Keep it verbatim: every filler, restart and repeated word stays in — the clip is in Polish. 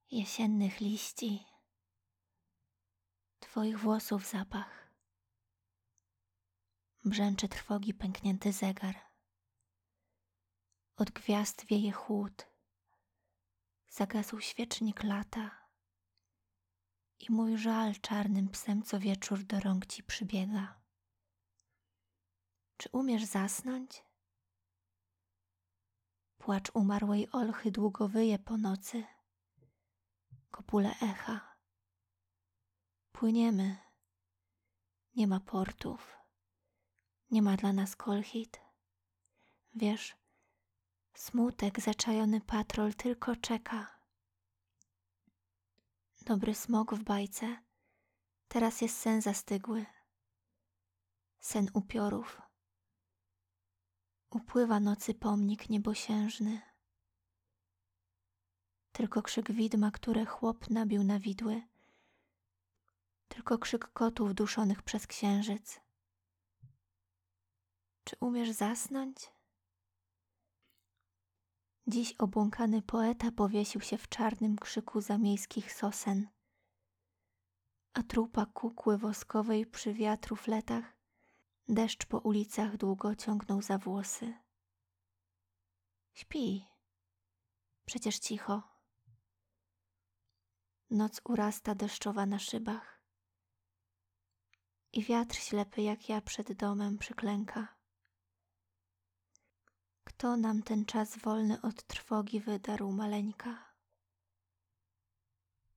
jesiennych liści, Twoich włosów zapach, brzęczy trwogi pęknięty zegar, od gwiazd wieje chłód, zagasł świecznik lata i mój żal czarnym psem co wieczór do rąk Ci przybiega. Czy umiesz zasnąć? Płacz umarłej olchy długo wyje po nocy, kopule echa. Płyniemy, nie ma portów, nie ma dla nas kolchit. Wiesz, smutek zaczajony patrol tylko czeka. Dobry smok w bajce, teraz jest sen zastygły, sen upiorów. Upływa nocy pomnik niebosiężny. Tylko krzyk widma, które chłop nabił na widły. Tylko krzyk kotów duszonych przez księżyc. Czy umiesz zasnąć? Dziś obłąkany poeta powiesił się w czarnym krzyku zamiejskich sosen, a trupa kukły woskowej przy wiatru fletach deszcz po ulicach długo ciągnął za włosy. Śpi, przecież cicho. Noc urasta deszczowa na szybach i wiatr ślepy jak ja przed domem przyklęka. Kto nam ten czas wolny od trwogi wydarł, maleńka?